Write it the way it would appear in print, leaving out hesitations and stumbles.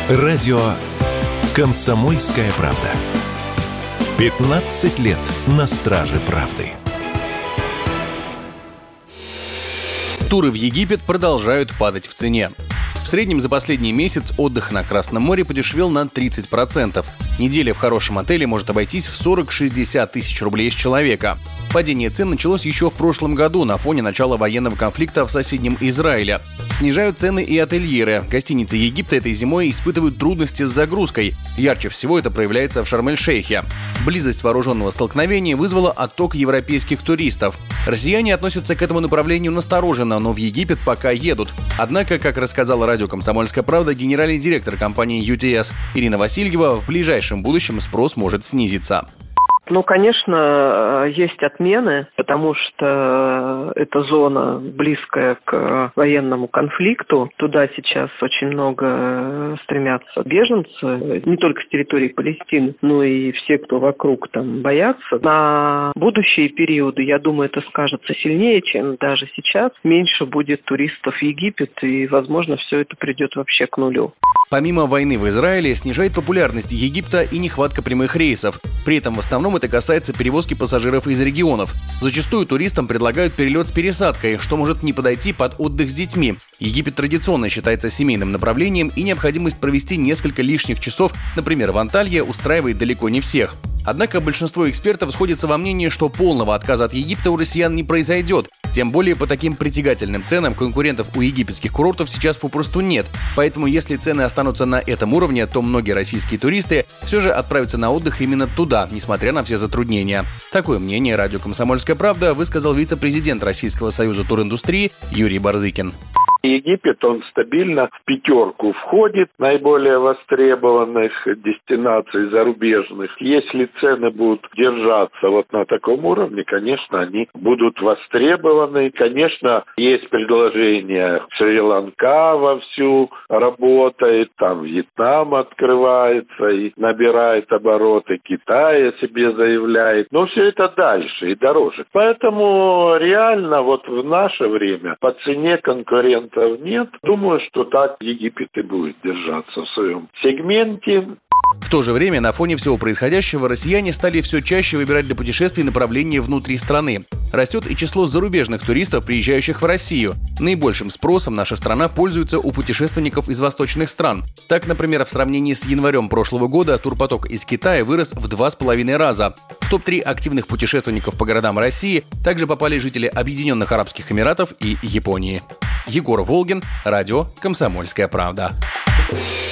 Радио «Комсомольская правда». 15 лет на страже правды. Туры в Египет продолжают падать в цене. В среднем за последний месяц отдых на Красном море подешевел на 30%. Неделя в хорошем отеле может обойтись в 40-60 тысяч рублей с человека. Падение цен началось еще в прошлом году на фоне начала военного конфликта в соседнем Израиле. Снижают цены и ательеры. Гостиницы Египта этой зимой испытывают трудности с загрузкой. Ярче всего это проявляется в Шарм-эль-Шейхе. Близость вооруженного столкновения вызвала отток европейских туристов. Россияне относятся к этому направлению настороженно, но в Египет пока едут. Однако, как рассказала радио «Комсомольская правда» генеральный директор компании UTS Ирина Васильева, в ближайшем будущем спрос может снизиться. Конечно, есть отмены, потому что эта зона близкая к военному конфликту. Туда сейчас очень много стремятся беженцы, не только с территории Палестины, но и все, кто вокруг там боятся. На будущие периоды, я думаю, это скажется сильнее, чем даже сейчас. Меньше будет туристов в Египет, и, возможно, все это придет вообще к нулю. Помимо войны в Израиле, снижает популярность Египта и нехватка прямых рейсов. При этом в основном это касается перевозки пассажиров из регионов. Зачастую туристам предлагают перелет с пересадкой, что может не подойти под отдых с детьми. Египет традиционно считается семейным направлением, и необходимость провести несколько лишних часов, например, в Анталье, устраивает далеко не всех. Однако большинство экспертов сходятся во мнении, что полного отказа от Египта у россиян не произойдет. Тем более по таким притягательным ценам конкурентов у египетских курортов сейчас попросту нет. Поэтому если цены останутся на этом уровне, то многие российские туристы все же отправятся на отдых именно туда, несмотря на все затруднения. Такое мнение радио «Комсомольская правда» высказал вице-президент Российского союза туриндустрии Юрий Барзыкин. Египет, он стабильно в пятерку входит наиболее востребованных дестинаций зарубежных. Если цены будут держаться вот на таком уровне, конечно, они будут востребованы. Конечно, есть предложение, Шри-Ланка вовсю работает, там Вьетнам открывается и набирает обороты, Китай о себе заявляет. Но все это дальше и дороже. Поэтому реально вот в наше время по цене конкурентов нет. Думаю, что так Египет и будет держаться в своем сегменте. В то же время, на фоне всего происходящего, россияне стали все чаще выбирать для путешествий направления внутри страны. Растет и число зарубежных туристов, приезжающих в Россию. Наибольшим спросом наша страна пользуется у путешественников из восточных стран. Так, например, в сравнении с январем прошлого года турпоток из Китая вырос в 2,5 раза. В топ-3 активных путешественников по городам России также попали жители Объединенных Арабских Эмиратов и Японии. Егор Волгин, радио «Комсомольская правда».